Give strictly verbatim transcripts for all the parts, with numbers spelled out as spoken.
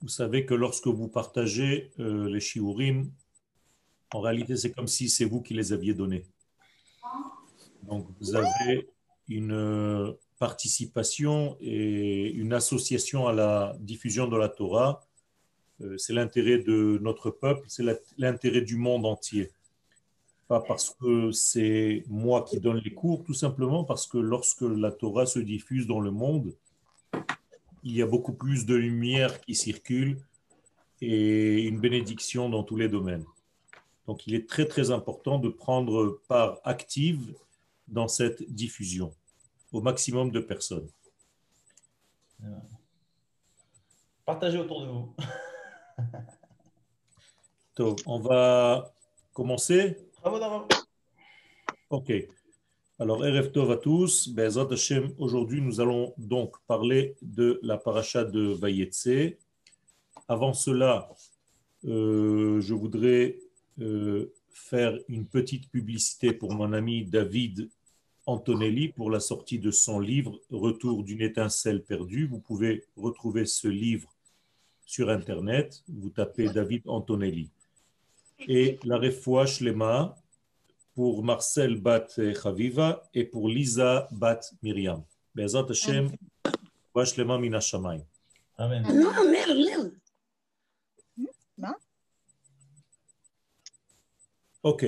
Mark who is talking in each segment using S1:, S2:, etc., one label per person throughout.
S1: Vous savez que lorsque vous partagez euh, les shiurim, en réalité, c'est comme si c'est vous qui les aviez donnés. Donc, vous avez une euh, participation et une association à la diffusion de la Torah. Euh, c'est l'intérêt de notre peuple, c'est la- l'intérêt du monde entier. Pas parce que c'est moi qui donne les cours, tout simplement parce que lorsque la Torah se diffuse dans le monde, il y a beaucoup plus de lumière qui circule et une bénédiction dans tous les domaines. Donc, il est très, très important de prendre part active dans cette diffusion au maximum de personnes.
S2: Partagez autour de vous.
S1: Donc, on va commencer.
S2: Bravo d'abord.
S1: OK. Alors, Erev Tov à tous. Be'ezrat Hashem, aujourd'hui, nous allons donc parler de la paracha de Vayetse. Avant cela, euh, je voudrais euh, faire une petite publicité pour mon ami David Antonelli pour la sortie de son livre Retour d'une étincelle perdue. Vous pouvez retrouver ce livre sur Internet. Vous tapez David Antonelli. Et la Refoua Shlema pour Marcel Bat Chaviva et pour Lisa Bat Myriam. Be'ezrat Hashem, Refoua Shlema min hashamayim.
S2: Amen.
S3: Non, merde, merde.
S1: Ok.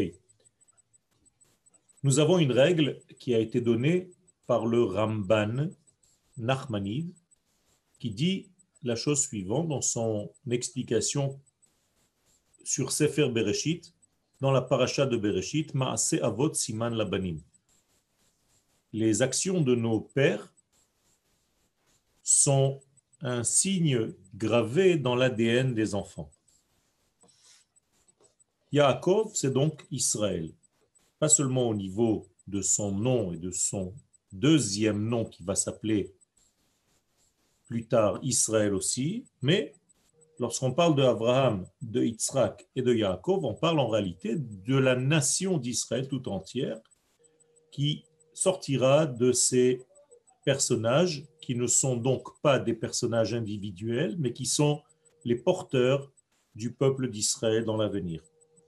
S1: Nous avons une règle qui a été donnée par le Ramban Nachmanide qui dit la chose suivante dans son explication sur Sefer Bereshit, dans la paracha de Bereshit, Maase Avot Siman Labanim. Les actions de nos pères sont un signe gravé dans l'A D N des enfants. Yaakov, c'est donc Israël. Pas seulement au niveau de son nom et de son deuxième nom qui va s'appeler plus tard Israël aussi, mais lorsqu'on parle de Abraham, de Yitzhak et de Yaakov, on parle en réalité de la nation d'Israël tout entière qui sortira de ces personnages qui ne sont donc pas des personnages individuels, mais qui sont les porteurs du peuple d'Israël dans l'avenir.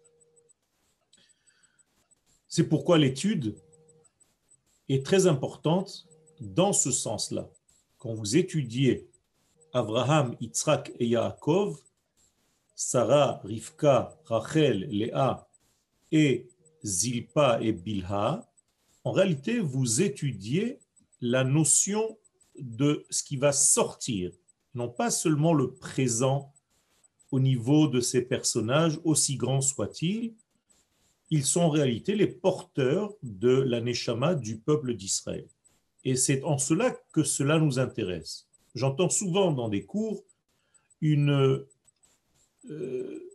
S1: C'est pourquoi l'étude est très importante dans ce sens-là. Quand vous étudiez Abraham, Yitzhak et Yaakov, Sarah, Rivka, Rachel, Léa et Zilpa et Bilha, en réalité, vous étudiez la notion de ce qui va sortir, non pas seulement le présent au niveau de ces personnages, aussi grands soient-ils, ils sont en réalité les porteurs de la Neshama du peuple d'Israël. Et c'est en cela que cela nous intéresse. J'entends souvent dans des cours une euh,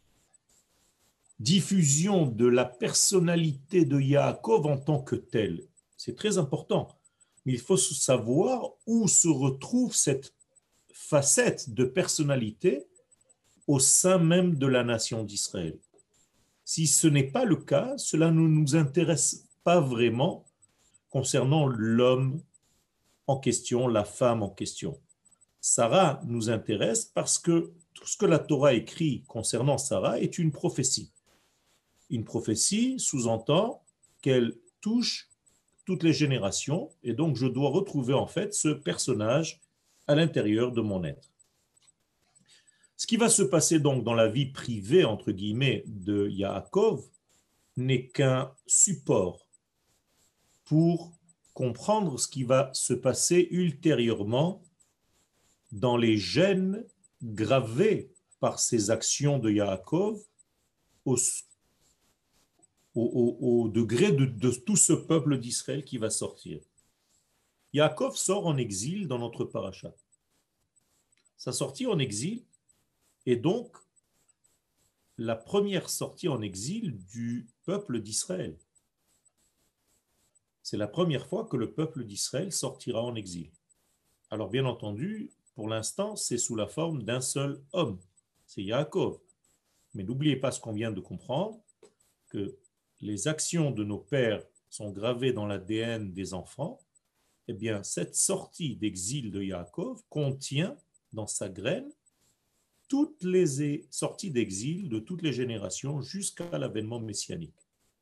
S1: diffusion de la personnalité de Yaakov en tant que telle. C'est très important. Mais il faut savoir où se retrouve cette facette de personnalité au sein même de la nation d'Israël. Si ce n'est pas le cas, cela ne nous intéresse pas vraiment concernant l'homme en question, la femme en question. Sarah nous intéresse parce que tout ce que la Torah écrit concernant Sarah est une prophétie. Une prophétie sous-entend qu'elle touche toutes les générations et donc je dois retrouver en fait ce personnage à l'intérieur de mon être. Ce qui va se passer donc dans la vie privée, entre guillemets, de Yaakov n'est qu'un support pour comprendre ce qui va se passer ultérieurement dans les gènes gravés par ces actions de Yaakov au, au, au, au degré de, de tout ce peuple d'Israël qui va sortir. Yaakov sort en exil dans notre paracha. Sa sortie en exil est donc la première sortie en exil du peuple d'Israël. C'est la première fois que le peuple d'Israël sortira en exil. Alors bien entendu, pour l'instant, c'est sous la forme d'un seul homme, c'est Yaakov. Mais n'oubliez pas ce qu'on vient de comprendre, que les actions de nos pères sont gravées dans l'A D N des enfants. Eh bien, cette sortie d'exil de Yaakov contient dans sa graine toutes les sorties d'exil de toutes les générations jusqu'à l'avènement messianique.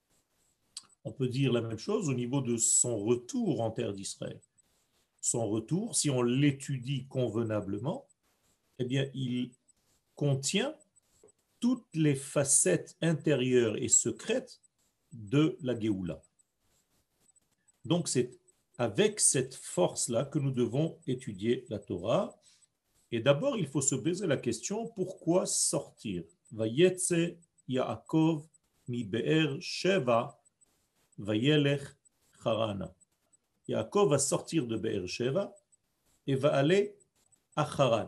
S1: On peut dire la même chose au niveau de son retour en terre d'Israël. Son retour, si on l'étudie convenablement, eh bien, il contient toutes les facettes intérieures et secrètes de la Géoula. Donc, c'est avec cette force-là que nous devons étudier la Torah. Et d'abord, il faut se poser la question, pourquoi sortir? Vayetze Yaakov mi be'er Sheva vayelech Harana. Yaakov va sortir de Be'er Sheva et va aller à Haran.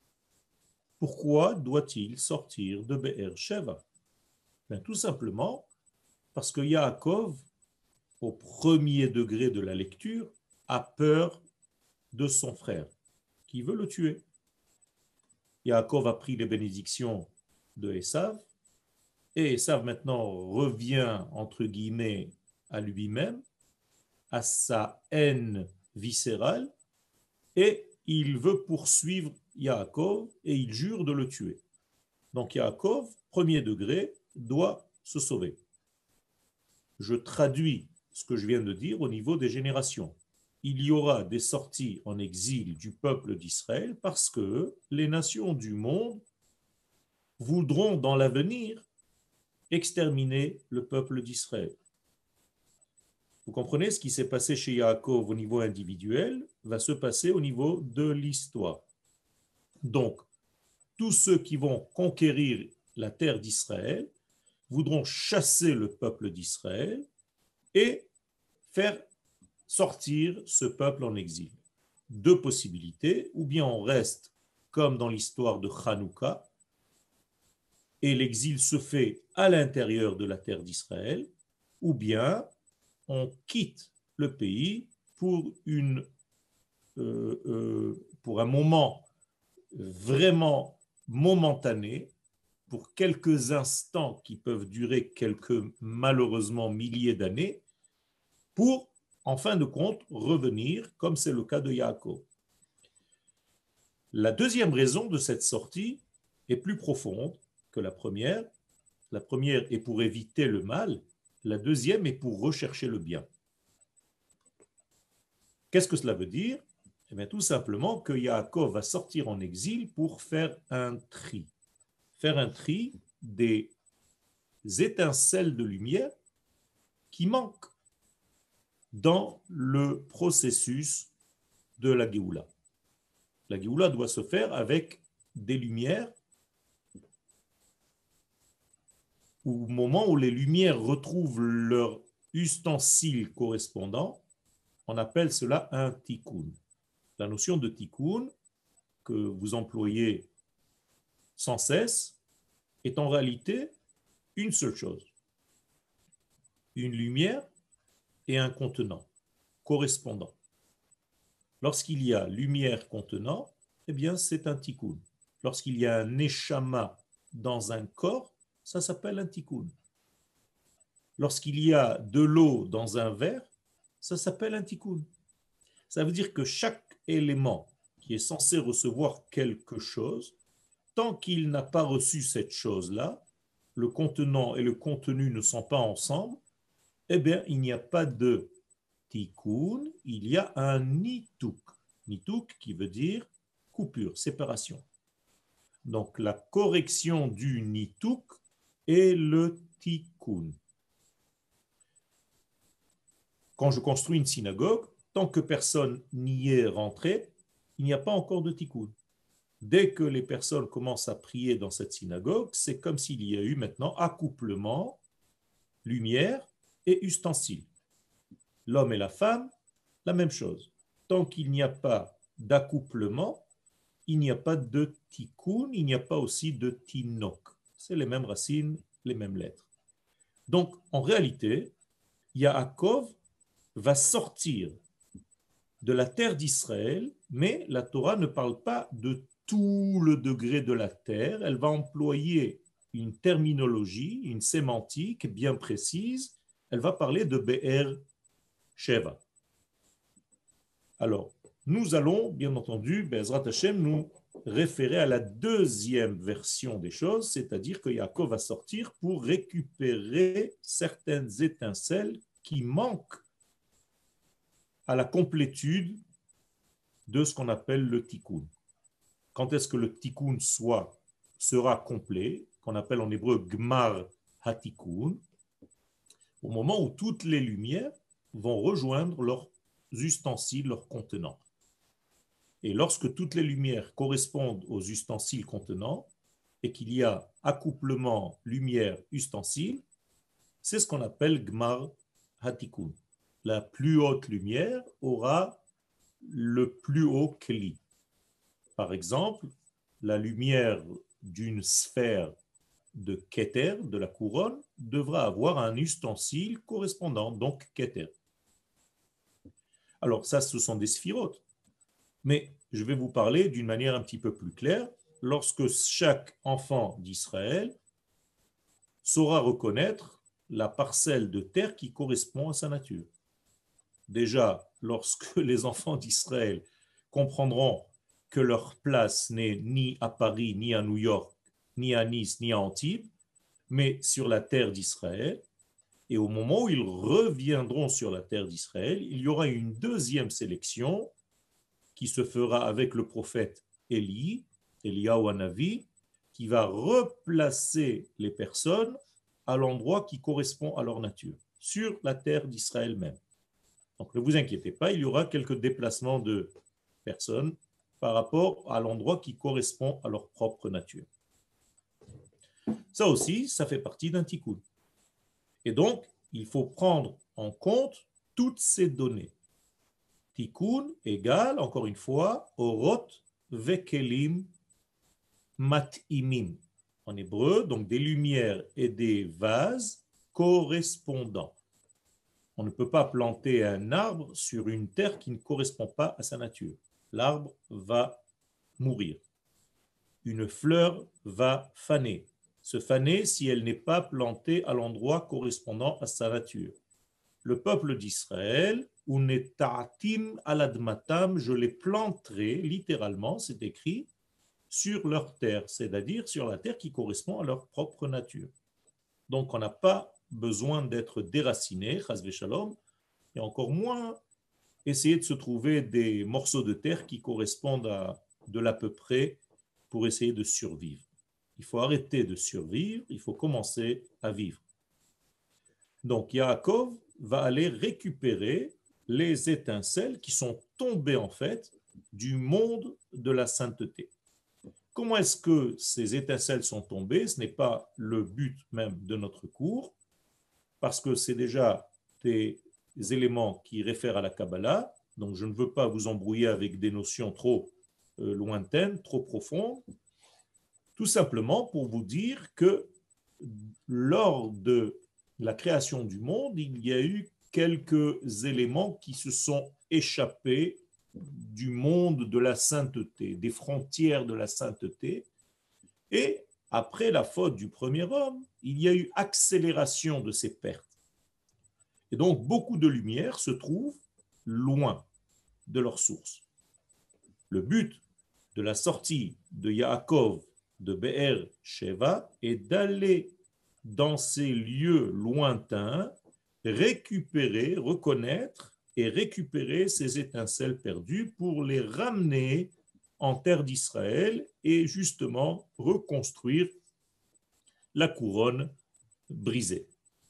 S1: Pourquoi doit-il sortir de Be'er Sheva? Bien, tout simplement parce que Yaakov, au premier degré de la lecture, a peur de son frère, qui veut le tuer. Yaakov a pris les bénédictions de Esav, et Esav maintenant revient, entre guillemets, à lui-même, à sa haine viscérale, et il veut poursuivre Yaakov, et il jure de le tuer. Donc Yaakov, premier degré, doit se sauver. Je traduis ce que je viens de dire au niveau des générations. Il y aura des sorties en exil du peuple d'Israël parce que les nations du monde voudront dans l'avenir exterminer le peuple d'Israël. Vous comprenez, ce qui s'est passé chez Yaakov au niveau individuel va se passer au niveau de l'histoire. Donc, tous ceux qui vont conquérir la terre d'Israël voudront chasser le peuple d'Israël et faire sortir ce peuple en exil. Deux possibilités, ou bien on reste comme dans l'histoire de Hanouka, et l'exil se fait à l'intérieur de la terre d'Israël, ou bien on quitte le pays pour, une, euh, euh, pour un moment vraiment momentané, pour quelques instants qui peuvent durer quelques, malheureusement, milliers d'années, pour, en fin de compte, revenir, comme c'est le cas de Yaakov. La deuxième raison de cette sortie est plus profonde que la première. La première est pour éviter le mal, la deuxième est pour rechercher le bien. Qu'est-ce que cela veut dire? Eh bien, tout simplement que Yaakov va sortir en exil pour faire un tri. Faire un tri des étincelles de lumière qui manquent dans le processus de la Géoula. La Géoula doit se faire avec des lumières au moment où les lumières retrouvent leur ustensile correspondant, on appelle cela un tikkun. La notion de tikkun que vous employez sans cesse est en réalité une seule chose. Une lumière et un contenant correspondant. Lorsqu'il y a lumière contenant, eh bien c'est un tikkun. Lorsqu'il y a un neshama dans un corps, ça s'appelle un tikkun. Lorsqu'il y a de l'eau dans un verre, ça s'appelle un tikkun. Ça veut dire que chaque élément qui est censé recevoir quelque chose, tant qu'il n'a pas reçu cette chose-là, le contenant et le contenu ne sont pas ensemble, eh bien, il n'y a pas de tikkun, il y a un nituk. Nituk qui veut dire coupure, séparation. Donc, la correction du nituk est le tikkun. Quand je construis une synagogue, tant que personne n'y est rentré, il n'y a pas encore de tikkun. Dès que les personnes commencent à prier dans cette synagogue, c'est comme s'il y a eu maintenant accouplement, lumière et ustensiles. L'homme et la femme, la même chose. Tant qu'il n'y a pas d'accouplement, il n'y a pas de tikkun, il n'y a pas aussi de tinok. C'est les mêmes racines, les mêmes lettres. Donc, en réalité, Yaakov va sortir de la terre d'Israël, mais la Torah ne parle pas de tout le degré de la terre, elle va employer une terminologie, une sémantique bien précise, elle va parler de Be'er Sheva. Alors, nous allons, bien entendu, Be'ezrat Hashem, nous référer à la deuxième version des choses, c'est-à-dire que Yaakov va sortir pour récupérer certaines étincelles qui manquent à la complétude de ce qu'on appelle le tikkun. Quand est-ce que le tikkun soit, sera complet, qu'on appelle en hébreu gmar hatikun, au moment où toutes les lumières vont rejoindre leurs ustensiles, leurs contenants. Et lorsque toutes les lumières correspondent aux ustensiles contenants et qu'il y a accouplement lumière-ustensile, c'est ce qu'on appelle Gmar Hatikun. La plus haute lumière aura le plus haut Kli. Par exemple, la lumière d'une sphère de Keter, de la couronne, devra avoir un ustensile correspondant, donc Keter. Alors ça, ce sont des sphirotes. Mais je vais vous parler d'une manière un petit peu plus claire. Lorsque chaque enfant d'Israël saura reconnaître la parcelle de terre qui correspond à sa nature. Déjà, lorsque les enfants d'Israël comprendront que leur place n'est ni à Paris, ni à New York, ni à Nice, ni à Antibes, mais sur la terre d'Israël, et au moment où ils reviendront sur la terre d'Israël, il y aura une deuxième sélection qui se fera avec le prophète Élie, Eliyahu Hanavi, qui va replacer les personnes à l'endroit qui correspond à leur nature, sur la terre d'Israël même. Donc ne vous inquiétez pas, il y aura quelques déplacements de personnes par rapport à l'endroit qui correspond à leur propre nature. Ça aussi, ça fait partie d'un tikkun. Et donc, il faut prendre en compte toutes ces données. Tikkun égale, encore une fois, orot vekelim matimim. En hébreu, donc des lumières et des vases correspondants. On ne peut pas planter un arbre sur une terre qui ne correspond pas à sa nature. L'arbre va mourir. Une fleur va faner. Se faner si elle n'est pas plantée à l'endroit correspondant à sa nature. Le peuple d'Israël, unetatim aladmatam, je les planterai, littéralement, c'est écrit, sur leur terre, c'est-à-dire sur la terre qui correspond à leur propre nature. Donc on n'a pas besoin d'être déraciné, chas v'shalom, et encore moins essayer de se trouver des morceaux de terre qui correspondent à de l'à peu près pour essayer de survivre. Il faut arrêter de survivre, il faut commencer à vivre. Donc Yaakov va aller récupérer les étincelles qui sont tombées en fait du monde de la sainteté. Comment est-ce que ces étincelles sont tombées? Ce n'est pas le but même de notre cours, parce que c'est déjà des éléments qui réfèrent à la Kabbalah, donc je ne veux pas vous embrouiller avec des notions trop euh, lointaines, trop profondes, tout simplement pour vous dire que lors de la création du monde, il y a eu quelques éléments qui se sont échappés du monde de la sainteté, des frontières de la sainteté. Et après la faute du premier homme, il y a eu accélération de ces pertes. Et donc, beaucoup de lumière se trouve loin de leur source. Le but de la sortie de Yaakov de Be'er Sheva est d'aller dans ces lieux lointains, récupérer, reconnaître et récupérer ces étincelles perdues pour les ramener en terre d'Israël et justement reconstruire la couronne brisée.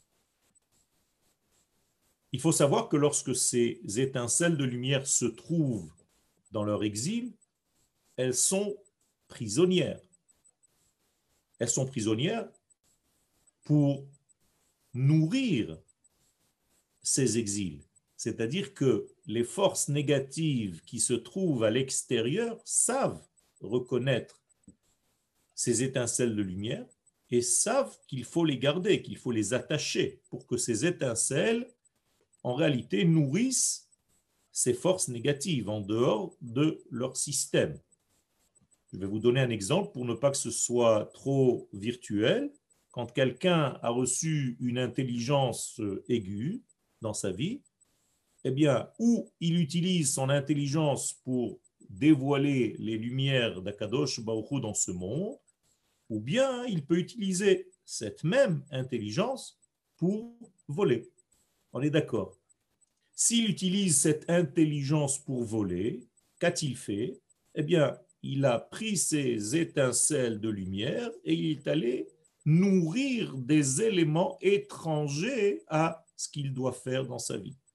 S1: Il faut savoir que lorsque ces étincelles de lumière se trouvent dans leur exil, elles sont prisonnières. Elles sont prisonnières pour nourrir ces exils. C'est-à-dire que les forces négatives qui se trouvent à l'extérieur savent reconnaître ces étincelles de lumière et savent qu'il faut les garder, qu'il faut les attacher pour que ces étincelles, en réalité, nourrissent ces forces négatives en dehors de leur système. Je vais vous donner un exemple pour ne pas que ce soit trop virtuel. Quand quelqu'un a reçu une intelligence aiguë dans sa vie, eh bien, ou il utilise son intelligence pour dévoiler les lumières d'Akadosh Baruch Hu dans ce monde, ou bien il peut utiliser cette même intelligence pour voler. On est d'accord. S'il utilise cette intelligence pour voler, qu'a-t-il fait? Eh bien, il a pris ces étincelles de lumière et il est allé nourrir des éléments étrangers à ce qu'il doit faire dans sa vie.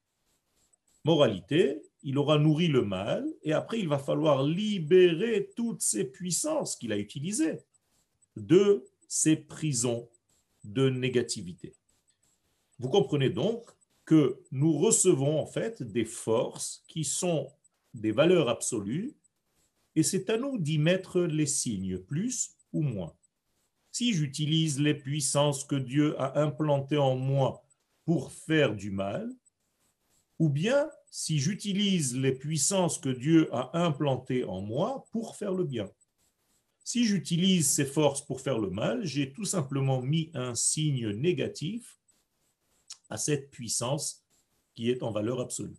S1: Moralité, il aura nourri le mal et après il va falloir libérer toutes ces puissances qu'il a utilisées de ces prisons de négativité. Vous comprenez donc que nous recevons en fait des forces qui sont des valeurs absolues et c'est à nous d'y mettre les signes, plus ou moins. Si j'utilise les puissances que Dieu a implantées en moi pour faire du mal, ou bien si j'utilise les puissances que Dieu a implantées en moi pour faire le bien. Si j'utilise ces forces pour faire le mal, j'ai tout simplement mis un signe négatif à cette puissance qui est en valeur absolue.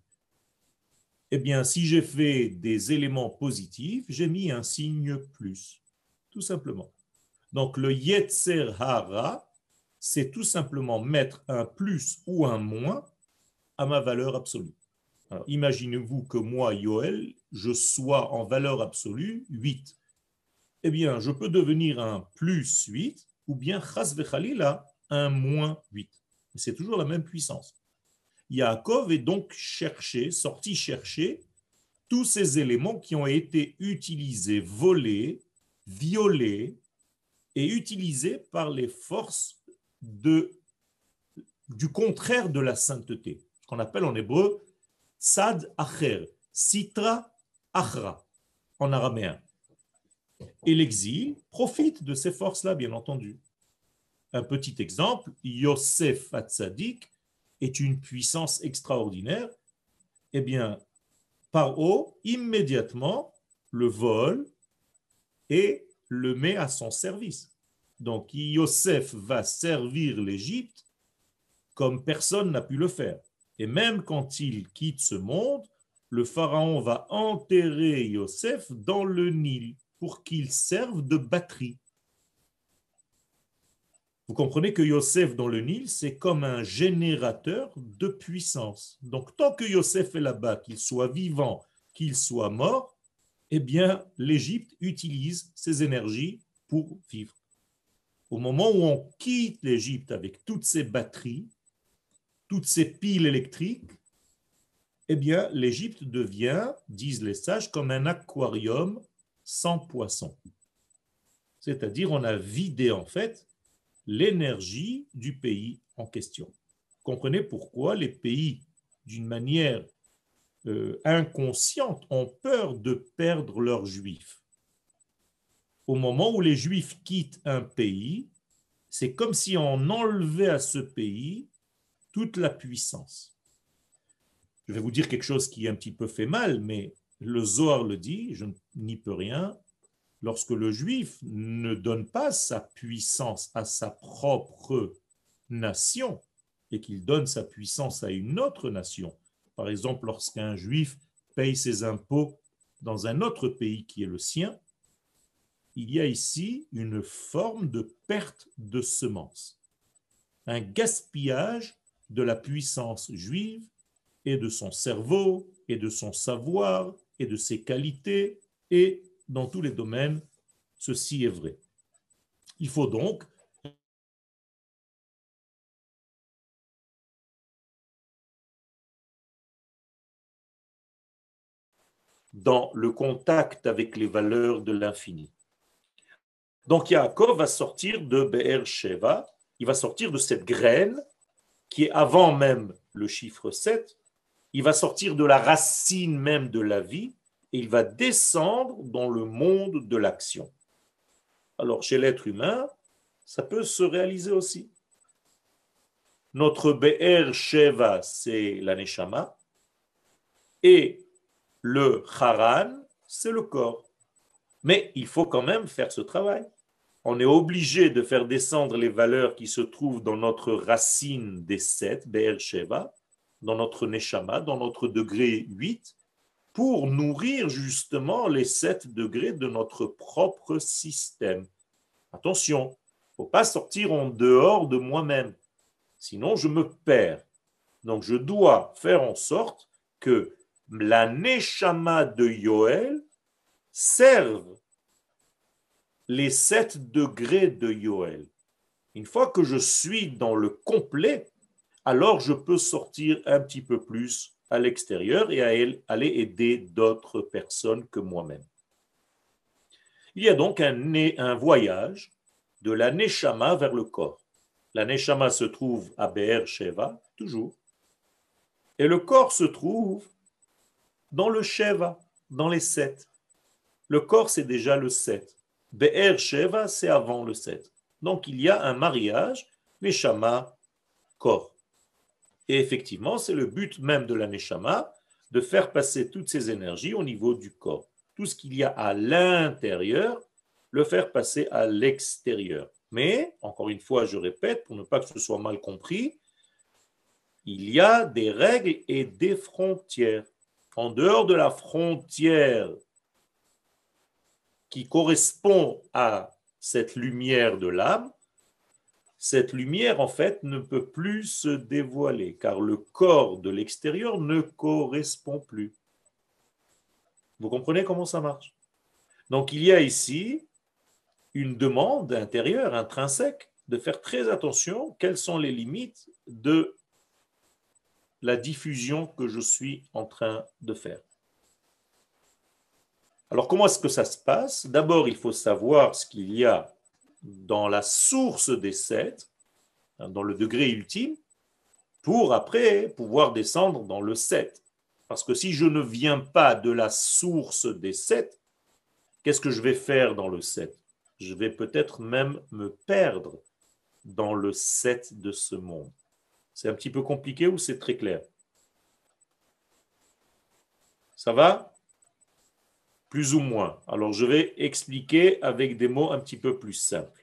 S1: Eh bien, si j'ai fait des éléments positifs, j'ai mis un signe plus, tout simplement. Donc, le Yetzer Hara, c'est tout simplement mettre un plus ou un moins à ma valeur absolue. Alors, imaginez-vous que moi, Yoel, je sois en valeur absolue huit. Eh bien, je peux devenir un plus huit ou bien, chas vechalila, un moins huit. C'est toujours la même puissance. Yaakov est donc cherché, sorti chercher tous ces éléments qui ont été utilisés, volés, violés et utilisés par les forces de, du contraire de la sainteté, ce qu'on appelle en hébreu Tzad Acher, Sitra Achra, en araméen. Et l'exil profite de ces forces-là, bien entendu. Un petit exemple, Yosef Hatzadik est une puissance extraordinaire. Eh bien, Paro, immédiatement, le vole et le met à son service. Donc, Yosef va servir l'Égypte comme personne n'a pu le faire. Et même quand il quitte ce monde, le pharaon va enterrer Yosef dans le Nil pour qu'il serve de batterie. Vous comprenez que Yosef dans le Nil, c'est comme un générateur de puissance. Donc, tant que Yosef est là-bas, qu'il soit vivant, qu'il soit mort, eh bien, l'Égypte utilise ses énergies pour vivre. Au moment où on quitte l'Égypte avec toutes ces batteries, toutes ces piles électriques, eh bien, l'Égypte devient, disent les sages, comme un aquarium sans poissons. C'est-à-dire, on a vidé en fait l'énergie du pays en question. Comprenez pourquoi les pays, d'une manière euh, inconsciente, ont peur de perdre leurs juifs. Au moment où les juifs quittent un pays, c'est comme si on enlevait à ce pays toute la puissance. Je vais vous dire quelque chose qui un petit peu fait mal, mais le Zohar le dit, je n'y peux rien. Lorsque le juif ne donne pas sa puissance à sa propre nation et qu'il donne sa puissance à une autre nation, par exemple lorsqu'un juif paye ses impôts dans un autre pays qui est le sien, il y a ici une forme de perte de semence, un gaspillage de la puissance juive et de son cerveau et de son savoir et de ses qualités et dans tous les domaines, ceci est vrai. Il faut donc dans le contact avec les valeurs de l'infini. Donc Yaakov va sortir de Be'er Sheva, il va sortir de cette graine qui est avant même le chiffre sept, il va sortir de la racine même de la vie et il va descendre dans le monde de l'action. Alors, chez l'être humain, ça peut se réaliser aussi. Notre Be'er Sheva, c'est la Neshama, et le Haran, c'est le corps. Mais il faut quand même faire ce travail. On est obligé de faire descendre les valeurs qui se trouvent dans notre racine des sept, Be'er Sheva, dans notre Neshama, dans notre degré huit, pour nourrir justement les sept degrés de notre propre système. Attention, il ne faut pas sortir en dehors de moi-même, sinon je me perds. Donc je dois faire en sorte que la Neshama de Yoël serve les sept degrés de Yoël. Une fois que je suis dans le complet, alors je peux sortir un petit peu plus à l'extérieur et à elle, aller aider d'autres personnes que moi-même. Il y a donc un, un voyage de la Neshama vers le corps. La Neshama se trouve à Be'er Sheva, toujours, et le corps se trouve dans le Sheva, dans les sept. Le corps, c'est déjà le sept. Be'er Sheva, c'est avant le sept. Donc, il y a un mariage, Neshama, corps. Et effectivement, c'est le but même de la Neshama, de faire passer toutes ces énergies au niveau du corps. Tout ce qu'il y a à l'intérieur, le faire passer à l'extérieur. Mais, encore une fois, je répète, pour ne pas que ce soit mal compris, il y a des règles et des frontières. En dehors de la frontière qui correspond à cette lumière de l'âme, cette lumière, en fait, ne peut plus se dévoiler, car le corps de l'extérieur ne correspond plus. Vous comprenez comment ça marche? Donc, il y a ici une demande intérieure, intrinsèque, de faire très attention quelles sont les limites de la diffusion que je suis en train de faire. Alors, comment est-ce que ça se passe? D'abord, il faut savoir ce qu'il y a dans la source des sept, dans le degré ultime, pour après pouvoir descendre dans le sept. Parce que si je ne viens pas de la source des sept, qu'est-ce que je vais faire dans le sept? Je vais peut-être même me perdre dans le sept de ce monde. C'est un petit peu compliqué ou c'est très clair? Ça va? Plus ou moins. Alors je vais expliquer avec des mots un petit peu plus simples.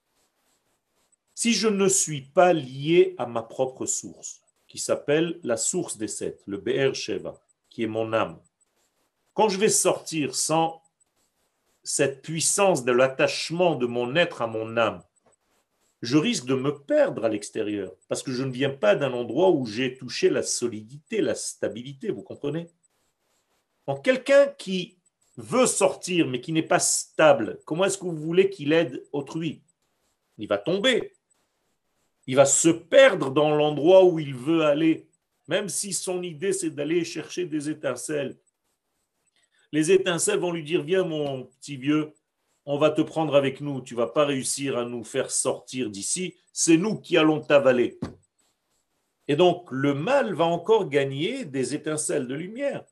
S1: Si je ne suis pas lié à ma propre source, qui s'appelle la source des sept, le Be'er Sheva, qui est mon âme, quand je vais sortir sans cette puissance de l'attachement de mon être à mon âme, je risque de me perdre à l'extérieur, parce que je ne viens pas d'un endroit où j'ai touché la solidité, la stabilité, vous comprenez? Donc quelqu'un qui veut sortir, mais qui n'est pas stable, comment est-ce que vous voulez qu'il aide autrui? Il va tomber. Il va se perdre dans l'endroit où il veut aller, même si son idée, c'est d'aller chercher des étincelles. Les étincelles vont lui dire, viens mon petit vieux, on va te prendre avec nous, tu ne vas pas réussir à nous faire sortir d'ici, c'est nous qui allons t'avaler. Et donc, le mal va encore gagner des étincelles de lumière.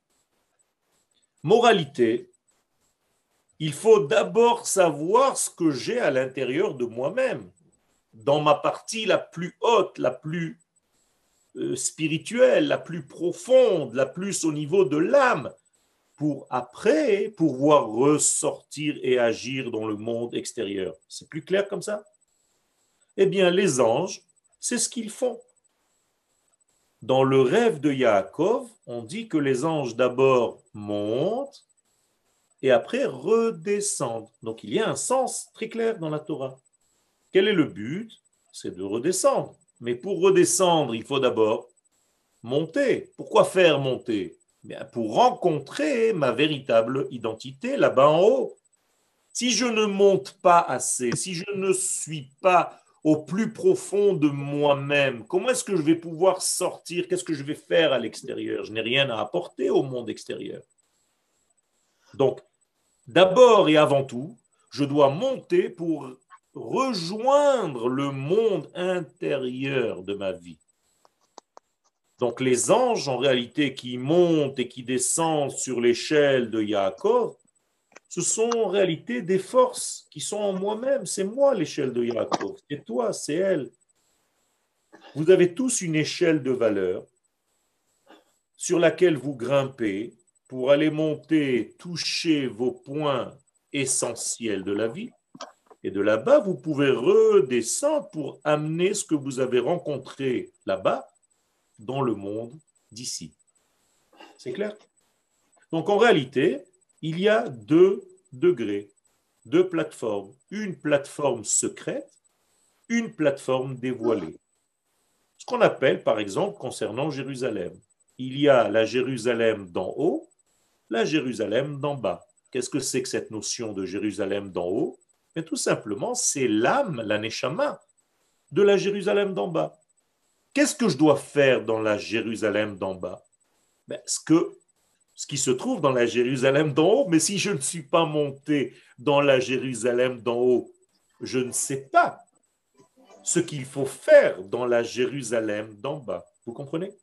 S1: Moralité, il faut d'abord savoir ce que j'ai à l'intérieur de moi-même, dans ma partie la plus haute, la plus euh, spirituelle, la plus profonde, la plus au niveau de l'âme, pour après pouvoir ressortir et agir dans le monde extérieur. C'est plus clair comme ça? Eh bien, les anges, c'est ce qu'ils font. Dans le rêve de Yaakov, on dit que les anges d'abord montent et après redescendent. Donc il y a un sens très clair dans la Torah. Quel est le but? C'est de redescendre. Mais pour redescendre, il faut d'abord monter. Pourquoi faire monter? Bien, pour rencontrer ma véritable identité là-bas en haut. Si je ne monte pas assez, si je ne suis pas au plus profond de moi-même, comment est-ce que je vais pouvoir sortir? Qu'est-ce que je vais faire à l'extérieur? Je n'ai rien à apporter au monde extérieur. Donc, d'abord et avant tout, je dois monter pour rejoindre le monde intérieur de ma vie. Donc les anges, en réalité, qui montent et qui descendent sur l'échelle de Yaakov, ce sont en réalité des forces qui sont en moi-même. C'est moi l'échelle de Yaakov, c'est toi, c'est elle. Vous avez tous une échelle de valeur sur laquelle vous grimpez pour aller monter, toucher vos points essentiels de la vie. Et de là-bas, vous pouvez redescendre pour amener ce que vous avez rencontré là-bas dans le monde d'ici. C'est clair? Donc en réalité, il y a deux degrés, deux plateformes. Une plateforme secrète, une plateforme dévoilée. Ce qu'on appelle, par exemple, concernant Jérusalem. Il y a la Jérusalem d'en haut, la Jérusalem d'en bas. Qu'est-ce que c'est que cette notion de Jérusalem d'en haut? Mais tout simplement, c'est l'âme, la neshama, de la Jérusalem d'en bas. Qu'est-ce que je dois faire dans la Jérusalem d'en bas? Ben, ce, que, ce qui se trouve dans la Jérusalem d'en haut, mais si je ne suis pas monté dans la Jérusalem d'en haut, je ne sais pas ce qu'il faut faire dans la Jérusalem d'en bas. Vous comprenez?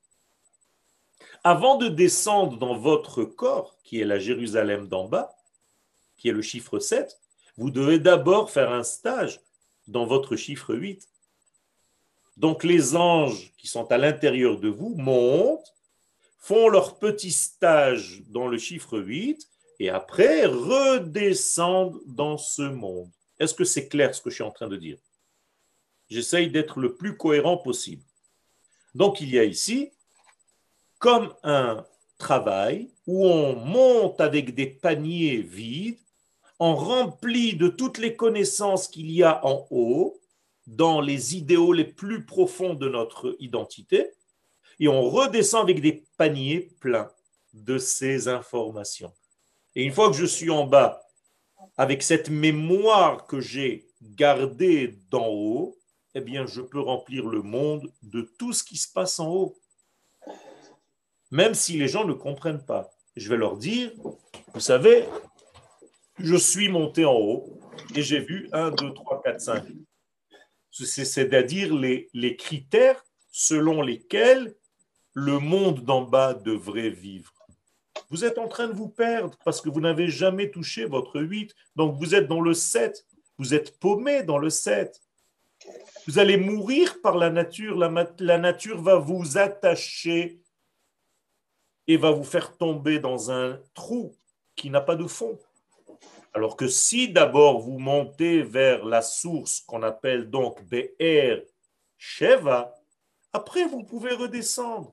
S1: Avant de descendre dans votre corps, qui est la Jérusalem d'en bas, qui est le chiffre sept, vous devez d'abord faire un stage dans votre chiffre huit. Donc les anges qui sont à l'intérieur de vous montent, font leur petit stage dans le chiffre huit et après redescendent dans ce monde. Est-ce que c'est clair ce que je suis en train de dire? J'essaye d'être le plus cohérent possible. Donc il y a ici comme un travail où on monte avec des paniers vides, on remplit de toutes les connaissances qu'il y a en haut, dans les idéaux les plus profonds de notre identité, et on redescend avec des paniers pleins de ces informations. Et une fois que je suis en bas, avec cette mémoire que j'ai gardée d'en haut, eh bien, je peux remplir le monde de tout ce qui se passe en haut. Même si les gens ne comprennent pas. Je vais leur dire, vous savez, je suis monté en haut et j'ai vu un, deux, trois, quatre, cinq. C'est-à-dire les, les critères selon lesquels le monde d'en bas devrait vivre. Vous êtes en train de vous perdre parce que vous n'avez jamais touché votre huit. Donc vous êtes dans le sept. Vous êtes paumé dans le sept. Vous allez mourir par la nature. La, la nature va vous attacher et va vous faire tomber dans un trou qui n'a pas de fond. Alors que si d'abord vous montez vers la source qu'on appelle donc Be'er Sheva, après vous pouvez redescendre.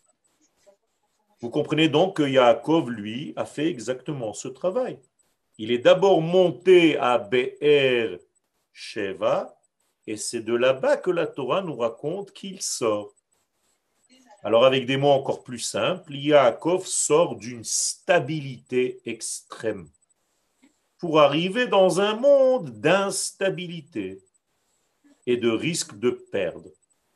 S1: Vous comprenez donc que Yaakov, lui, a fait exactement ce travail. Il est d'abord monté à Be'er Sheva et c'est de là-bas que la Torah nous raconte qu'il sort. Alors avec des mots encore plus simples, Yaakov sort d'une stabilité extrême pour arriver dans un monde d'instabilité et de risque de perdre.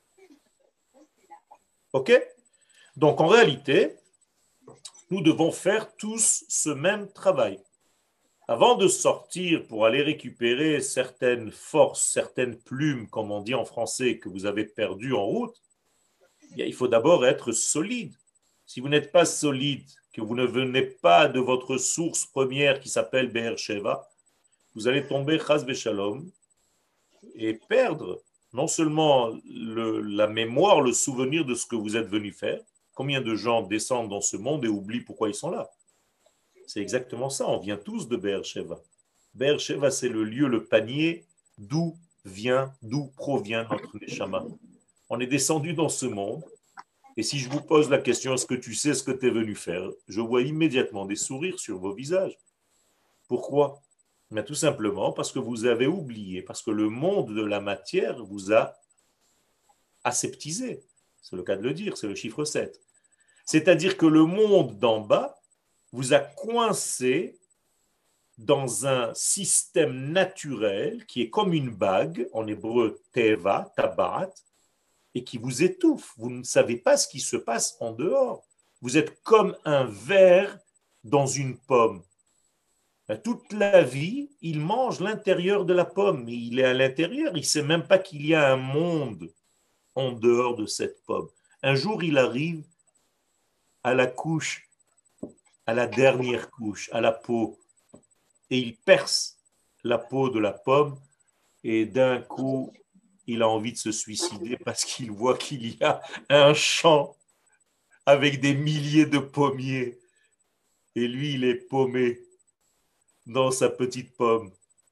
S1: Ok? Donc en réalité, nous devons faire tous ce même travail. Avant de sortir pour aller récupérer certaines forces, certaines plumes, comme on dit en français, que vous avez perdues en route, il faut d'abord être solide. Si vous n'êtes pas solide, que vous ne venez pas de votre source première qui s'appelle Be'er Sheva, vous allez tomber chas v'shalom et perdre non seulement le, la mémoire, le souvenir de ce que vous êtes venu faire. Combien de gens descendent dans ce monde et oublient pourquoi ils sont là? C'est exactement ça, on vient tous de Be'er Sheva. Be'er Sheva, c'est le lieu, le panier d'où vient, d'où provient notre Neshama. On est descendu dans ce monde, et si je vous pose la question, est-ce que tu sais ce que tu es venu faire? Je vois immédiatement des sourires sur vos visages. Pourquoi? Mais tout simplement parce que vous avez oublié, parce que le monde de la matière vous a aseptisé. C'est le cas de le dire, c'est le chiffre sept. C'est-à-dire que le monde d'en bas vous a coincé dans un système naturel qui est comme une bague, en hébreu teva, tabat, et qui vous étouffe. Vous ne savez pas ce qui se passe en dehors. Vous êtes comme un ver dans une pomme. Toute la vie, il mange l'intérieur de la pomme, mais il est à l'intérieur, il ne sait même pas qu'il y a un monde en dehors de cette pomme. Un jour, il arrive à la couche, à la dernière couche, à la peau, et il perce la peau de la pomme, et d'un coup, il a envie de se suicider parce qu'il voit qu'il y a un champ avec des milliers de pommiers, et lui, il est paumé dans sa petite pomme.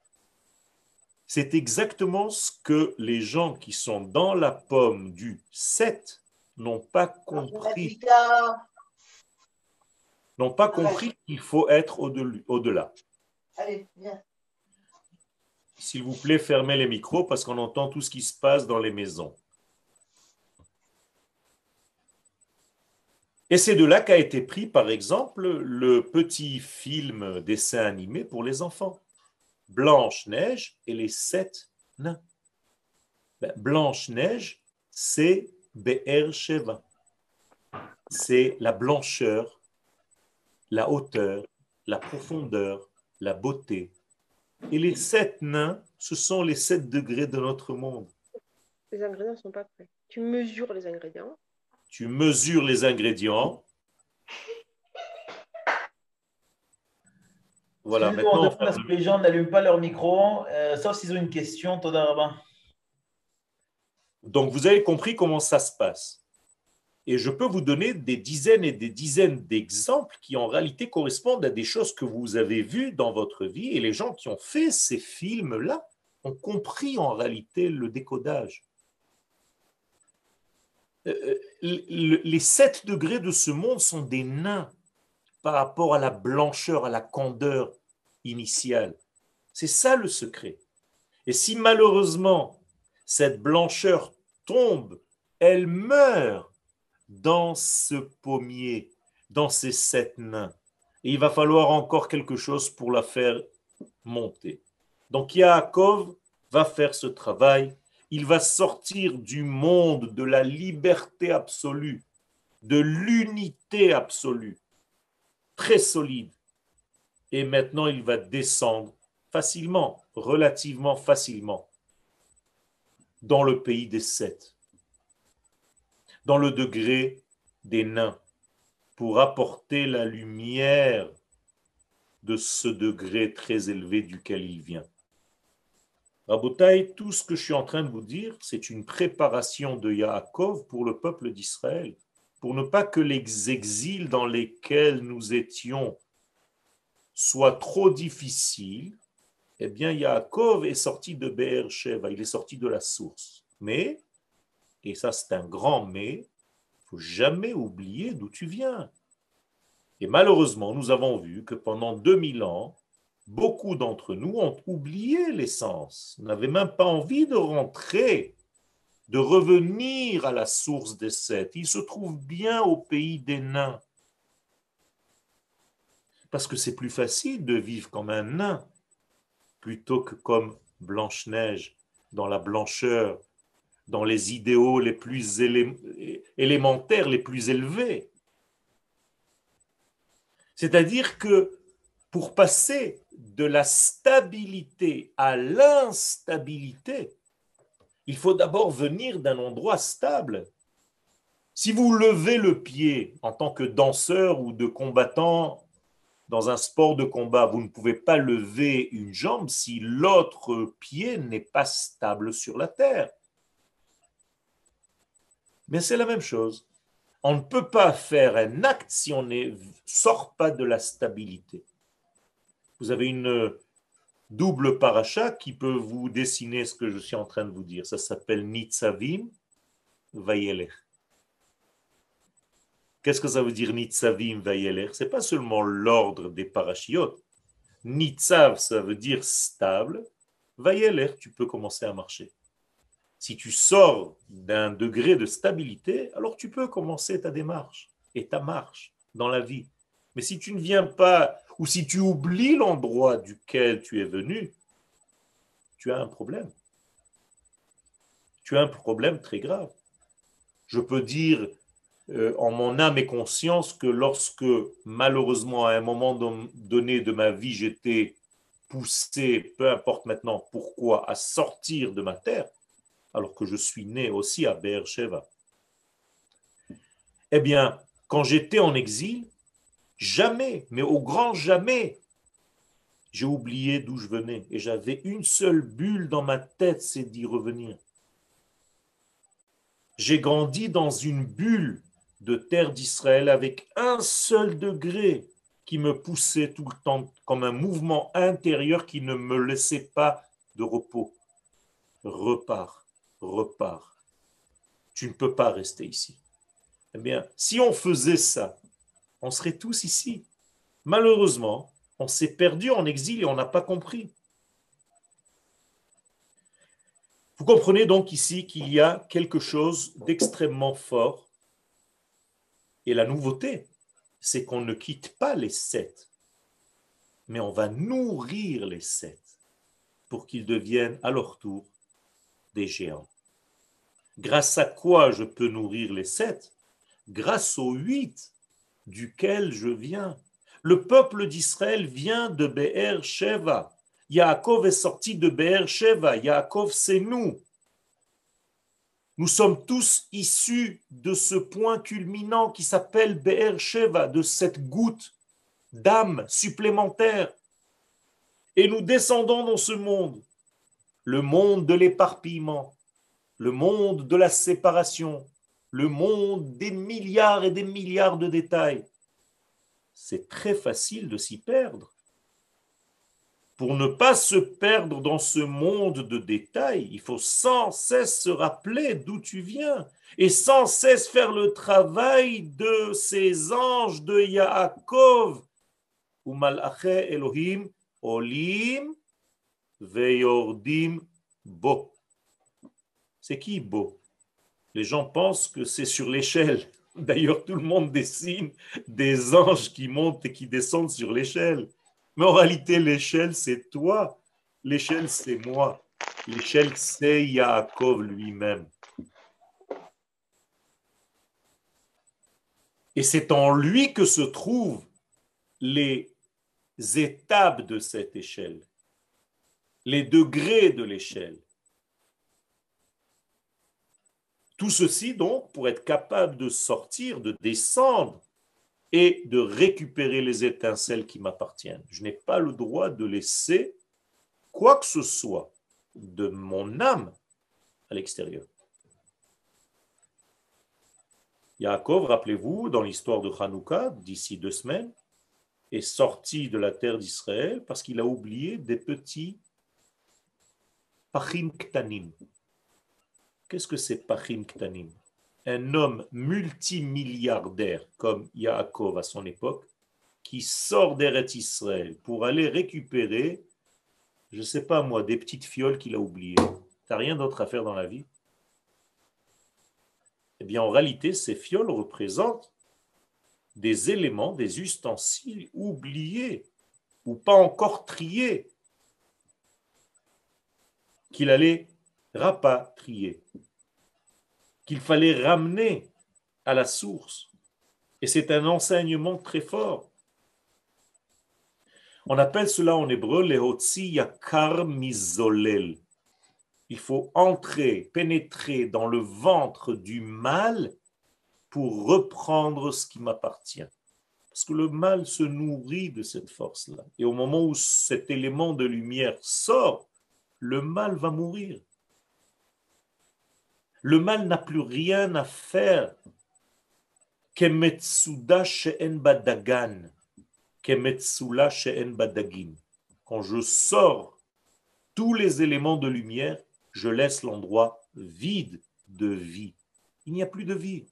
S1: C'est exactement ce que les gens qui sont dans la pomme du sept n'ont pas compris. n'ont pas compris qu'il faut être au-delà.
S3: Allez, viens.
S1: S'il vous plaît, fermez les micros parce qu'on entend tout ce qui se passe dans les maisons. Et c'est de là qu'a été pris, par exemple, le petit film dessin animé pour les enfants. Blanche-Neige et les sept nains. Ben, Blanche-Neige, c'est Be'er Sheva. C'est la blancheur, la hauteur, la profondeur, la beauté. Et les sept nains, ce sont les sept degrés de notre monde.
S3: Les ingrédients ne sont pas prêts. Tu mesures les ingrédients.
S1: Tu mesures les ingrédients. Voilà,
S2: Sinon,
S1: maintenant
S2: on
S1: on
S2: demande à ce
S1: ferme
S2: que les gens n'allument pas leur micro, euh, sauf s'ils ont une question, Toda Rabba.
S1: Donc, vous avez compris comment ça se passe. Et je peux vous donner des dizaines et des dizaines d'exemples qui, en réalité, correspondent à des choses que vous avez vues dans votre vie. Et les gens qui ont fait ces films-là ont compris, en réalité, le décodage. Euh, les sept degrés de ce monde sont des nains par rapport à la blancheur, à la candeur initiale. C'est ça le secret. Et si malheureusement, cette blancheur tombe, elle meurt dans ce pommier, dans ces sept nains. Et il va falloir encore quelque chose pour la faire monter. Donc Yaakov va faire ce travail. Il va sortir du monde de la liberté absolue, de l'unité absolue, très solide. Et maintenant, il va descendre facilement, relativement facilement, dans le pays des sept, dans le degré des nains, pour apporter la lumière de ce degré très élevé duquel il vient. Rabotai, tout ce que je suis en train de vous dire, c'est une préparation de Yaakov pour le peuple d'Israël, pour ne pas que les exils dans lesquels nous étions soient trop difficiles. Eh bien, Yaakov est sorti de Be'er Sheva, il est sorti de la source. Mais, et ça c'est un grand mais, il ne faut jamais oublier d'où tu viens. Et malheureusement, nous avons vu que pendant deux mille ans, beaucoup d'entre nous ont oublié l'essence, n'avaient même pas envie de rentrer, de revenir à la source des sept. Ils se trouvent bien au pays des nains. Parce que c'est plus facile de vivre comme un nain plutôt que comme Blanche-Neige, dans la blancheur, dans les idéaux les plus élé- élémentaires, les plus élevés. C'est-à-dire que pour passer de la stabilité à l'instabilité, il faut d'abord venir d'un endroit stable. Si vous levez le pied en tant que danseur ou de combattant dans un sport de combat, vous ne pouvez pas lever une jambe si l'autre pied n'est pas stable sur la terre. Mais c'est la même chose. On ne peut pas faire un acte si on ne sort pas de la stabilité. Vous avez une double paracha qui peut vous dessiner ce que je suis en train de vous dire. Ça s'appelle Nitzavim Vayelech. Qu'est-ce que ça veut dire Nitzavim Vayelech? Ce n'est pas seulement l'ordre des parachiotes. Nitzav, ça veut dire stable. Vayelech, tu peux commencer à marcher. Si tu sors d'un degré de stabilité, alors tu peux commencer ta démarche et ta marche dans la vie. Mais si tu ne viens pas, ou si tu oublies l'endroit duquel tu es venu, tu as un problème. Tu as un problème très grave. Je peux dire euh, en mon âme et conscience que lorsque, malheureusement, à un moment donné de ma vie, j'étais poussé, peu importe maintenant pourquoi, à sortir de ma terre, alors que je suis né aussi à Be'er Sheva. Eh bien, quand j'étais en exil, jamais, mais au grand jamais, j'ai oublié d'où je venais. Et j'avais une seule bulle dans ma tête, c'est d'y revenir. J'ai grandi dans une bulle de terre d'Israël avec un seul degré qui me poussait tout le temps comme un mouvement intérieur qui ne me laissait pas de repos. Repars, repars. Tu ne peux pas rester ici. Eh bien, si on faisait ça, on serait tous ici. Malheureusement, on s'est perdu en exil et on n'a pas compris. Vous comprenez donc ici qu'il y a quelque chose d'extrêmement fort. Et la nouveauté, c'est qu'on ne quitte pas les sept, mais on va nourrir les sept pour qu'ils deviennent à leur tour des géants. Grâce à quoi je peux nourrir les sept? Grâce aux huit duquel je viens. Le peuple d'Israël vient de Be'er Sheva. Yaakov est sorti de Be'er Sheva. Yaakov, c'est nous. Nous sommes tous issus de ce point culminant qui s'appelle Be'er Sheva, de cette goutte d'âme supplémentaire. Et nous descendons dans ce monde, le monde de l'éparpillement, le monde de la séparation, le monde des milliards et des milliards de détails. C'est très facile de s'y perdre. Pour ne pas se perdre dans ce monde de détails, il faut sans cesse se rappeler d'où tu viens et sans cesse faire le travail de ces anges de Yaakov. Umalachei Elohim olim veyordim bo. C'est qui bo? Les gens pensent que c'est sur l'échelle. D'ailleurs, tout le monde dessine des anges qui montent et qui descendent sur l'échelle. Mais en réalité, l'échelle, c'est toi. L'échelle, c'est moi. L'échelle, c'est Yaakov lui-même. Et c'est en lui que se trouvent les étapes de cette échelle, les degrés de l'échelle. Tout ceci, donc, pour être capable de sortir, de descendre et de récupérer les étincelles qui m'appartiennent. Je n'ai pas le droit de laisser quoi que ce soit de mon âme à l'extérieur. Yaakov, rappelez-vous, dans l'histoire de Hanouka, d'ici deux semaines, est sorti de la terre d'Israël parce qu'il a oublié des petits pachim ktanim. Qu'est-ce que c'est pachim ktanim? Un homme multimilliardaire comme Yaakov à son époque, qui sort d'Eretz Israël pour aller récupérer, je ne sais pas moi, des petites fioles qu'il a oubliées. Tu n'as rien d'autre à faire dans la vie? Eh bien, en réalité, ces fioles représentent des éléments, des ustensiles oubliés ou pas encore triés qu'il allait rapatrier, qu'il fallait ramener à la source. Et c'est un enseignement très fort. On appelle cela en hébreu lehotzi yakar mizolel. Il faut entrer, pénétrer dans le ventre du mal pour reprendre ce qui m'appartient. Parce que le mal se nourrit de cette force-là. Et au moment où cet élément de lumière sort, le mal va mourir. Le mal n'a plus rien à faire. Kemetsuda she'en badagan, kemetsula she'en badagim. Quand je sors tous les éléments de lumière, je laisse l'endroit vide de vie. Il n'y a plus de vie.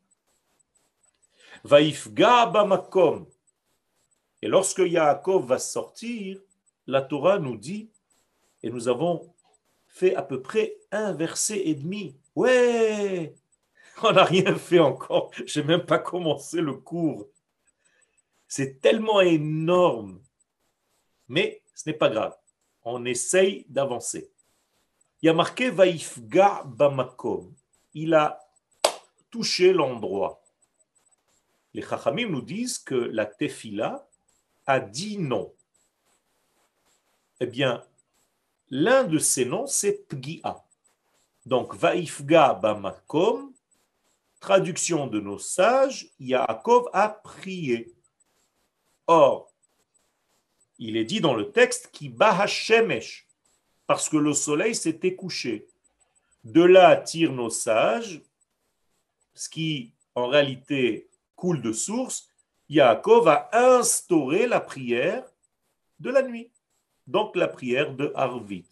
S1: Vaifga bamakom. Et lorsque Yaakov va sortir, la Torah nous dit, et nous avons fait à peu près un verset et demi. Ouais, on n'a rien fait encore. Je n'ai même pas commencé le cours. C'est tellement énorme. Mais ce n'est pas grave. On essaye d'avancer. Il y a marqué Vaifga bamakom. Il a touché l'endroit. Les Chachamim nous disent que la Tefila a dit non. Eh bien, l'un de ces noms, c'est Pgi'a. Donc, Vaifga bamakom, traduction de nos sages, Yaakov a prié. Or, il est dit dans le texte qui bahashemesh, parce que le soleil s'était couché. De là tirent nos sages, ce qui en réalité coule de source, Yaakov a instauré la prière de la nuit, donc la prière de Arvit.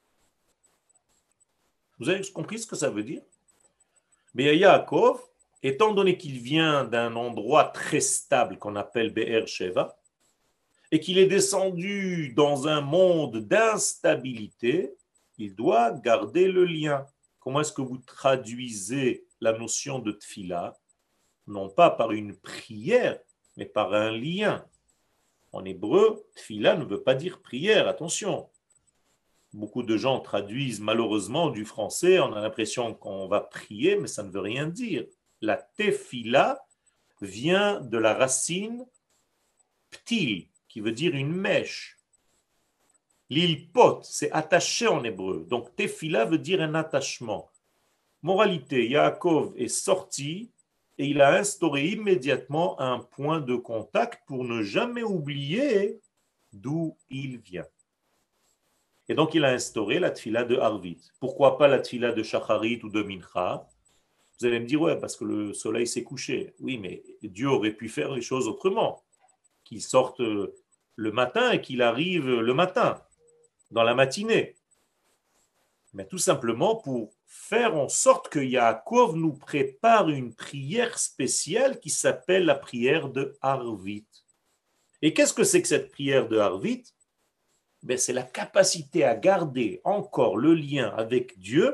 S1: Vous avez compris ce que ça veut dire? Mais Yaakov, étant donné qu'il vient d'un endroit très stable qu'on appelle Be'er Sheva, et qu'il est descendu dans un monde d'instabilité, il doit garder le lien. Comment est-ce que vous traduisez la notion de tfila? Non pas par une prière, mais par un lien. En hébreu, tfila ne veut pas dire prière, attention. Beaucoup de gens traduisent malheureusement du français, on a l'impression qu'on va prier, mais ça ne veut rien dire. La tefila vient de la racine ptil, qui veut dire une mèche. L'ilpot, c'est attaché en hébreu. Donc tefila veut dire un attachement. Moralité, Yaakov est sorti et il a instauré immédiatement un point de contact pour ne jamais oublier d'où il vient. Et donc il a instauré la tfila de Arvit. Pourquoi pas la tfila de Shacharit ou de Mincha? Vous allez me dire, ouais, parce que le soleil s'est couché. Oui, mais Dieu aurait pu faire les choses autrement. Qu'il sorte le matin et qu'il arrive le matin, dans la matinée. Mais tout simplement pour faire en sorte que Yaakov nous prépare une prière spéciale qui s'appelle la prière de Arvit. Et qu'est-ce que c'est que cette prière de Arvit? Ben, c'est la capacité à garder encore le lien avec Dieu,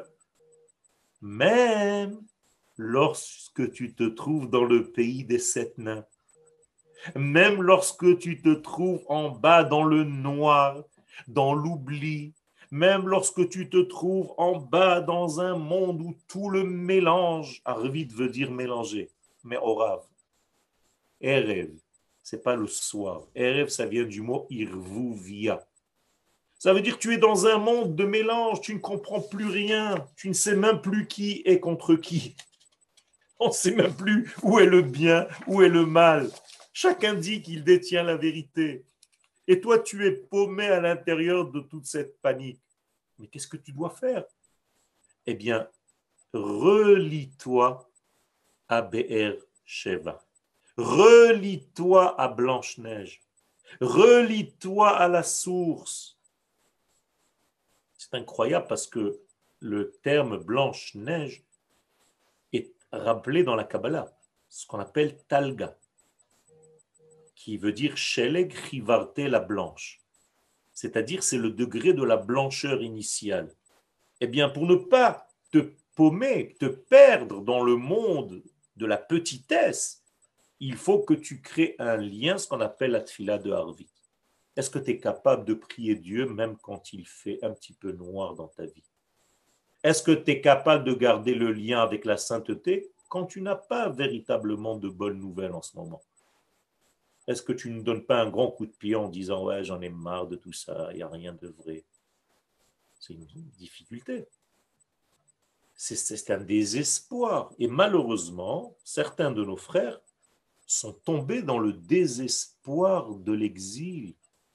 S1: même lorsque tu te trouves dans le pays des sept nains, même lorsque tu te trouves en bas dans le noir, dans l'oubli, même lorsque tu te trouves en bas dans un monde où tout le mélange, Arvit veut dire mélanger, mais orav, Erev, c'est pas le soir, Erev ça vient du mot irvuvia. Ça veut dire que tu es dans un monde de mélange, tu ne comprends plus rien, tu ne sais même plus qui est contre qui. On ne sait même plus où est le bien, où est le mal. Chacun dit qu'il détient la vérité. Et toi, tu es paumé à l'intérieur de toute cette panique. Mais qu'est-ce que tu dois faire? Eh bien, relie-toi à Be'er Sheva. Relie-toi à Blanche-Neige. Relie-toi à la source. C'est incroyable parce que le terme Blanche-Neige est rappelé dans la Kabbalah, ce qu'on appelle Talga, qui veut dire Sheleg Chivarte la blanche. C'est-à-dire c'est le degré de la blancheur initiale. Eh bien, pour ne pas te paumer, te perdre dans le monde de la petitesse, il faut que tu crées un lien, ce qu'on appelle la tfila de Harvit. Est-ce que tu es capable de prier Dieu même quand il fait un petit peu noir dans ta vie? Est-ce que tu es capable de garder le lien avec la sainteté quand tu n'as pas véritablement de bonnes nouvelles en ce moment? Est-ce que tu ne donnes pas un grand coup de pied en disant « ouais, j'en ai marre de tout ça, il n'y a rien de vrai ». C'est une difficulté. C'est, c'est un désespoir. Et malheureusement, certains de nos frères sont tombés dans le désespoir de l'exil.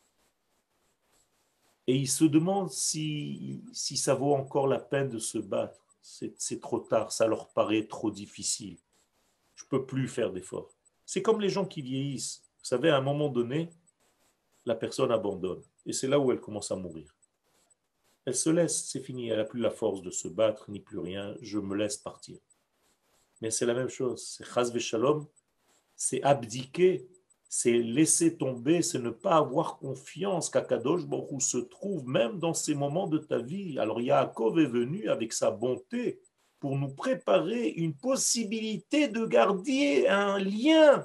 S1: Et ils se demandent si, si ça vaut encore la peine de se battre. C'est, c'est trop tard, ça leur paraît trop difficile. Je ne peux plus faire d'efforts. C'est comme les gens qui vieillissent. Vous savez, à un moment donné, la personne abandonne. Et c'est là où elle commence à mourir. Elle se laisse, c'est fini. Elle n'a plus la force de se battre, ni plus rien. Je me laisse partir. Mais c'est la même chose. C'est chas v'shalom, c'est abdiquer. C'est laisser tomber, c'est ne pas avoir confiance qu'Akadosh Baruch Hu se trouve même dans ces moments de ta vie. Alors Yaakov est venu avec sa bonté pour nous préparer une possibilité de garder un lien,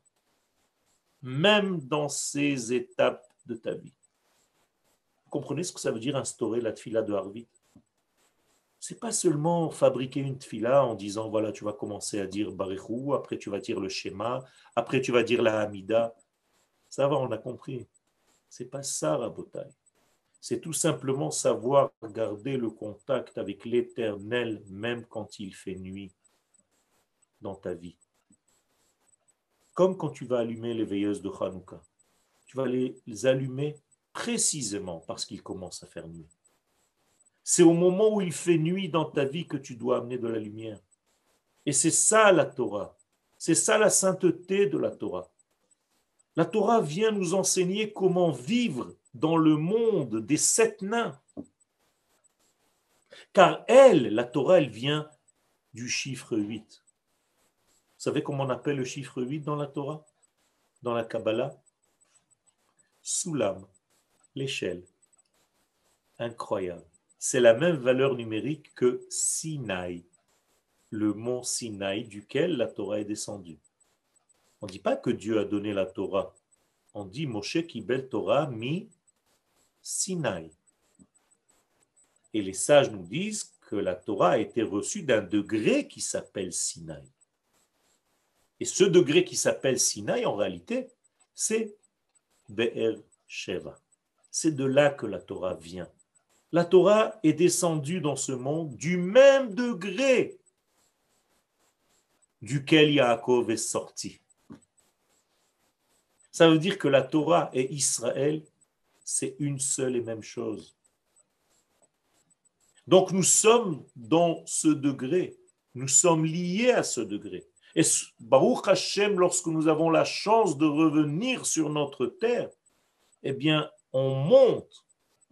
S1: même dans ces étapes de ta vie. Vous comprenez ce que ça veut dire instaurer la tfila de Harvit? C'est pas seulement fabriquer une tfila en disant voilà, tu vas commencer à dire Barechou, après tu vas dire le schéma, après tu vas dire la Hamida. Ça va, on a compris. C'est pas ça, Rabotai. C'est tout simplement savoir garder le contact avec l'Éternel, même quand il fait nuit dans ta vie. Comme quand tu vas allumer les veilleuses de Hanouka. Tu vas les allumer précisément parce qu'il commence à faire nuit. C'est au moment où il fait nuit dans ta vie que tu dois amener de la lumière. Et c'est ça la Torah. C'est ça la sainteté de la Torah. La Torah vient nous enseigner comment vivre dans le monde des sept nains. Car elle, la Torah, elle vient du chiffre huit. Vous savez comment on appelle le chiffre huit dans la Torah, dans la Kabbalah? Soulam, l'échelle. Incroyable. C'est la même valeur numérique que Sinaï, le mont Sinaï duquel la Torah est descendue. On ne dit pas que Dieu a donné la Torah. On dit Moshe Kibel Torah mi Sinaï. Et les sages nous disent que la Torah a été reçue d'un degré qui s'appelle Sinaï. Et ce degré qui s'appelle Sinaï, en réalité, c'est Be'er Sheva. C'est de là que la Torah vient. La Torah est descendue dans ce monde du même degré duquel Yaakov est sorti. Ça veut dire que la Torah et Israël, c'est une seule et même chose. Donc nous sommes dans ce degré, nous sommes liés à ce degré. Et Baruch Hashem, lorsque nous avons la chance de revenir sur notre terre, eh bien, on monte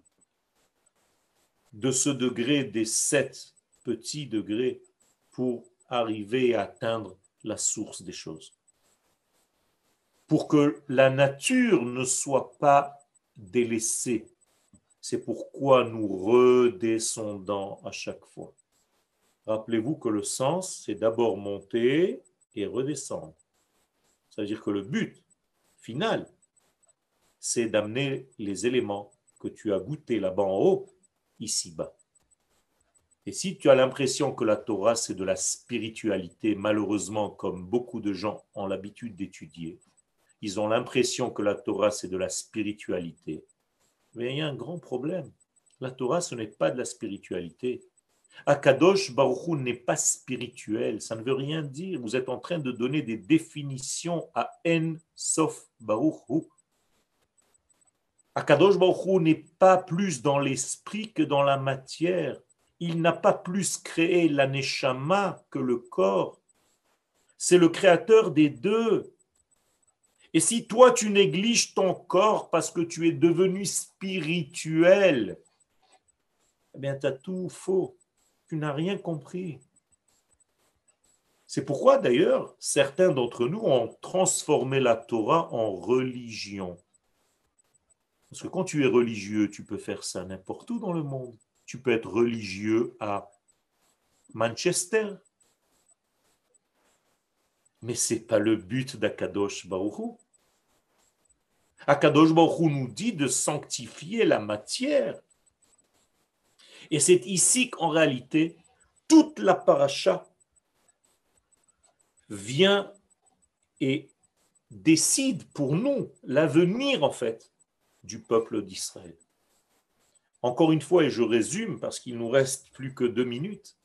S1: de ce degré des sept petits degrés pour arriver à atteindre la source des choses. Pour que la nature ne soit pas délaissée. C'est pourquoi nous redescendons à chaque fois. Rappelez-vous que le sens, c'est d'abord monter et redescendre. C'est-à-dire que le but final, c'est d'amener les éléments que tu as goûtés là-bas en haut, ici-bas. Et si tu as l'impression que la Torah, c'est de la spiritualité, malheureusement, comme beaucoup de gens ont l'habitude d'étudier, ils ont l'impression que la Torah, c'est de la spiritualité. Mais il y a un grand problème. La Torah, ce n'est pas de la spiritualité. Akadosh Baruch Hu n'est pas spirituel. Ça ne veut rien dire. Vous êtes en train de donner des définitions à En Sof Baruch Hu. Akadosh Baruch Hu n'est pas plus dans l'esprit que dans la matière. Il n'a pas plus créé la neshama que le corps. C'est le créateur des deux. Et si toi, tu négliges ton corps parce que tu es devenu spirituel, eh bien, tu as tout faux. Tu n'as rien compris. C'est pourquoi, d'ailleurs, certains d'entre nous ont transformé la Torah en religion. Parce que quand tu es religieux, tu peux faire ça n'importe où dans le monde. Tu peux être religieux à Manchester. Mais ce n'est pas le but d'Akadosh Baruch Hu. Akadosh Baruch Hu nous dit de sanctifier la matière. Et c'est ici qu'en réalité, toute la paracha vient et décide pour nous l'avenir, en fait, du peuple d'Israël. Encore une fois, et je résume parce qu'il nous reste plus que deux minutes,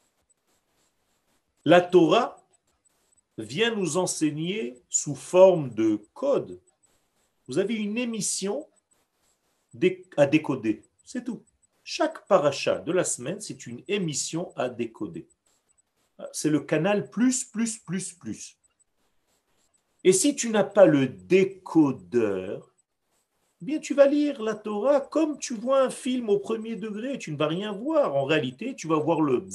S1: la Torah vient nous enseigner sous forme de code. Vous avez une émission à décoder, c'est tout. Chaque paracha de la semaine, c'est une émission à décoder. C'est le canal plus, plus, plus, plus. Et si tu n'as pas le décodeur, eh bien tu vas lire la Torah comme tu vois un film au premier degré. Tu ne vas rien voir. En réalité, tu vas voir le...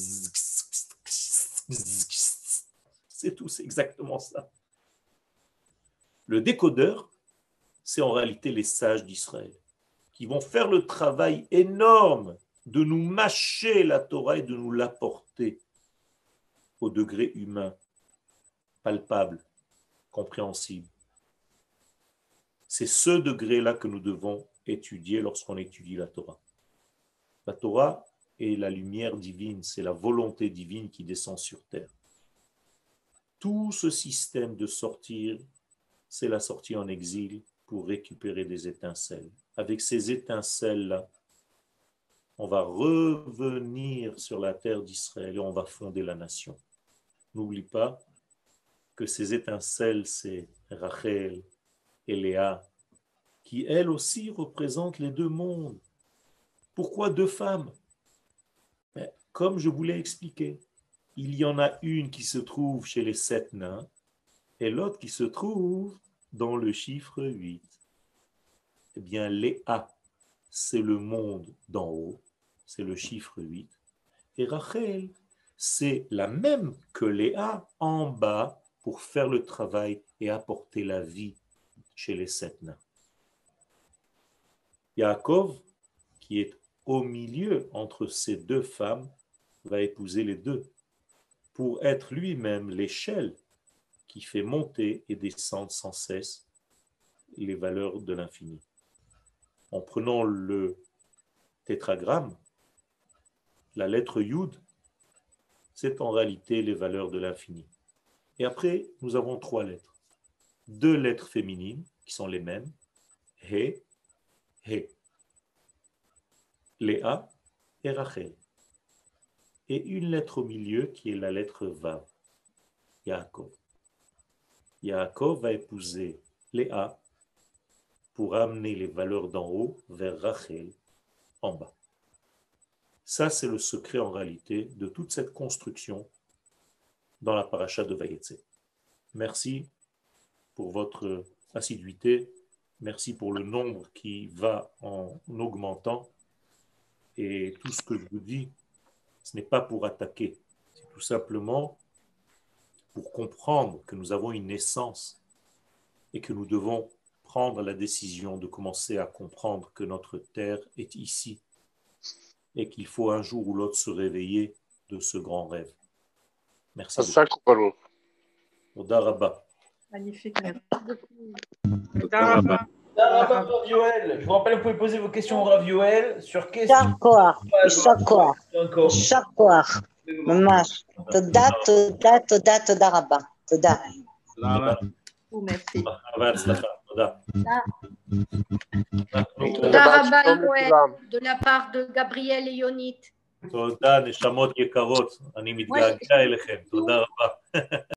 S1: C'est tout, c'est exactement ça. Le décodeur, c'est en réalité les sages d'Israël qui vont faire le travail énorme de nous mâcher la Torah et de nous l'apporter au degré humain, palpable, compréhensible. C'est ce degré-là que nous devons étudier lorsqu'on étudie la Torah. La Torah est la lumière divine, c'est la volonté divine qui descend sur terre. Tout ce système de sortir, c'est la sortie en exil pour récupérer des étincelles. Avec ces étincelles-là, on va revenir sur la terre d'Israël et on va fonder la nation. N'oublie pas que ces étincelles, c'est Rachel et Léa, qui elles aussi représentent les deux mondes. Pourquoi deux femmes? Mais comme je vous l'ai expliqué, il y en a une qui se trouve chez les sept nains et l'autre qui se trouve dans le chiffre huit. Eh bien, Léa, c'est le monde d'en haut, c'est le chiffre huit. Et Rachel, c'est la même que Léa en bas pour faire le travail et apporter la vie chez les sept nains. Yaakov, qui est au milieu entre ces deux femmes, va épouser les deux pour être lui-même l'échelle qui fait monter et descendre sans cesse les valeurs de l'infini. En prenant le tétragramme, la lettre Yud, c'est en réalité les valeurs de l'infini. Et après, nous avons trois lettres. Deux lettres féminines qui sont les mêmes, He, He, Léa et Rachel. Et une lettre au milieu qui est la lettre Vav, Yaakov. Yaakov va épouser Léa pour amener les valeurs d'en haut vers Rachel en bas. Ça, c'est le secret en réalité de toute cette construction dans la paracha de Vayetze. Merci pour votre assiduité. Merci pour le nombre qui va en augmentant. Et tout ce que je vous dis, ce n'est pas pour attaquer. C'est tout simplement pour comprendre que nous avons une essence et que nous devons prendre la décision de commencer à comprendre que notre terre est ici et qu'il faut un jour ou l'autre se réveiller de ce grand rêve. Merci beaucoup. Toda Rabba.
S3: Magnifique. Merci beaucoup.
S2: Rav Yoel. Je vous rappelle, vous pouvez poser vos questions au Rav Yoel sur question.
S4: D'accord, d'accord, d'accord. ממש. תודה, תודה, תודה, תודה רבה. תודה.
S3: Merci.
S1: תודה.
S5: תודה רבה, יואל, de la part de Gabriel et Yonit.
S1: תודה, נשמות יקרות. אני מתגעגע אליכם. תודה רבה.